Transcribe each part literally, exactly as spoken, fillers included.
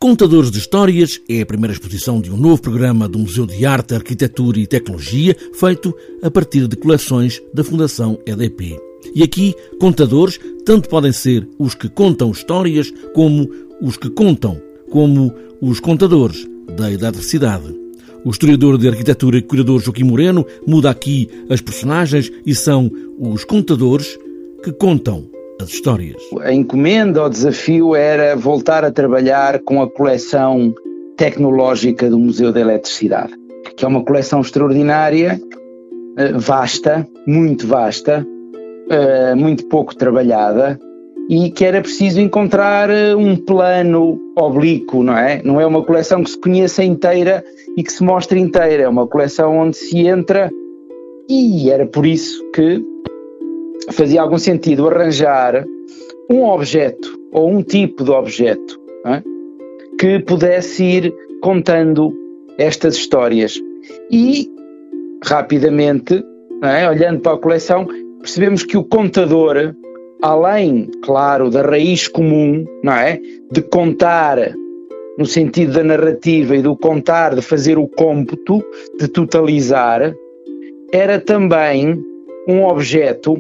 Contadores de Histórias é a primeira exposição de um novo programa do Museu de Arte, Arquitetura e Tecnologia, feito a partir de coleções da Fundação E D P. E aqui, contadores tanto podem ser os que contam histórias como os que contam, como os contadores da eletricidade. O historiador de arquitetura e curador Joaquim Moreno muda aqui as personagens e são os contadores que contam as histórias. A encomenda, o desafio era voltar a trabalhar com a coleção tecnológica do Museu da Eletricidade, que é uma coleção extraordinária, vasta, muito vasta, muito pouco trabalhada, e que era preciso encontrar um plano oblíquo, não é? Não é uma coleção que se conheça inteira e que se mostre inteira, é uma coleção onde se entra, e era por isso que fazia algum sentido arranjar um objeto ou um tipo de objeto, não é? Que pudesse ir contando estas histórias. E, rapidamente, não é? Olhando para a coleção, percebemos que o contador, além, claro, da raiz comum, não é? De contar no sentido da narrativa e do contar, de fazer o cômputo, de totalizar, era também um objeto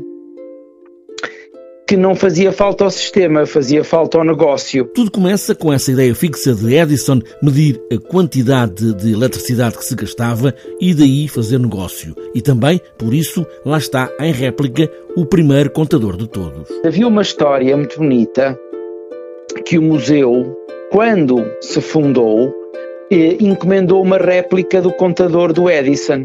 que não fazia falta ao sistema, fazia falta ao negócio. Tudo começa com essa ideia fixa de Edison medir a quantidade de eletricidade que se gastava e daí fazer negócio. E também, por isso, lá está em réplica o primeiro contador de todos. Havia uma história muito bonita que o museu, quando se fundou, encomendou uma réplica do contador do Edison.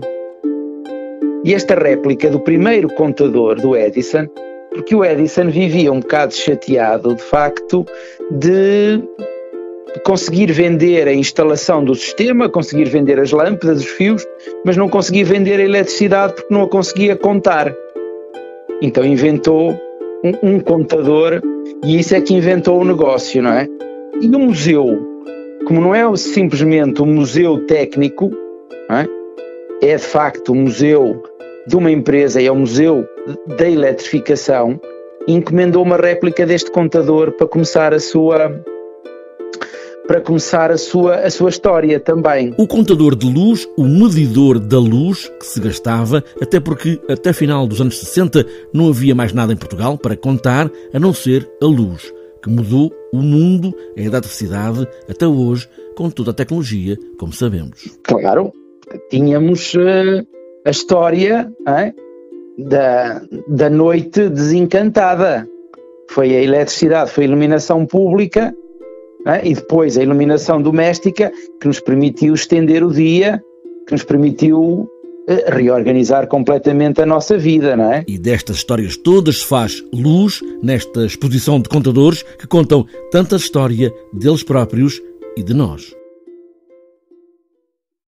E esta réplica do primeiro contador do Edison, porque o Edison vivia um bocado chateado, de facto, de conseguir vender a instalação do sistema, conseguir vender as lâmpadas, os fios, mas não conseguia vender a eletricidade porque não a conseguia contar. Então inventou um, um contador, e isso é que inventou o negócio, não é? E o museu, como não é simplesmente um museu técnico, não é? É de facto um museu de uma empresa, é o Museu da Eletrificação, e encomendou uma réplica deste contador para começar a sua para começar a sua, a sua história também. O contador de luz, o medidor da luz que se gastava, até porque até final dos anos sessenta não havia mais nada em Portugal para contar a não ser a luz, que mudou o mundo, a eletricidade, até hoje, com toda a tecnologia, como sabemos. Claro, tínhamos uh... a história é, da, da noite desencantada. Foi a eletricidade, foi a iluminação pública é, e depois a iluminação doméstica que nos permitiu estender o dia, que nos permitiu é, reorganizar completamente a nossa vida, não é? E destas histórias todas se faz luz nesta exposição de contadores que contam tanta história deles próprios e de nós.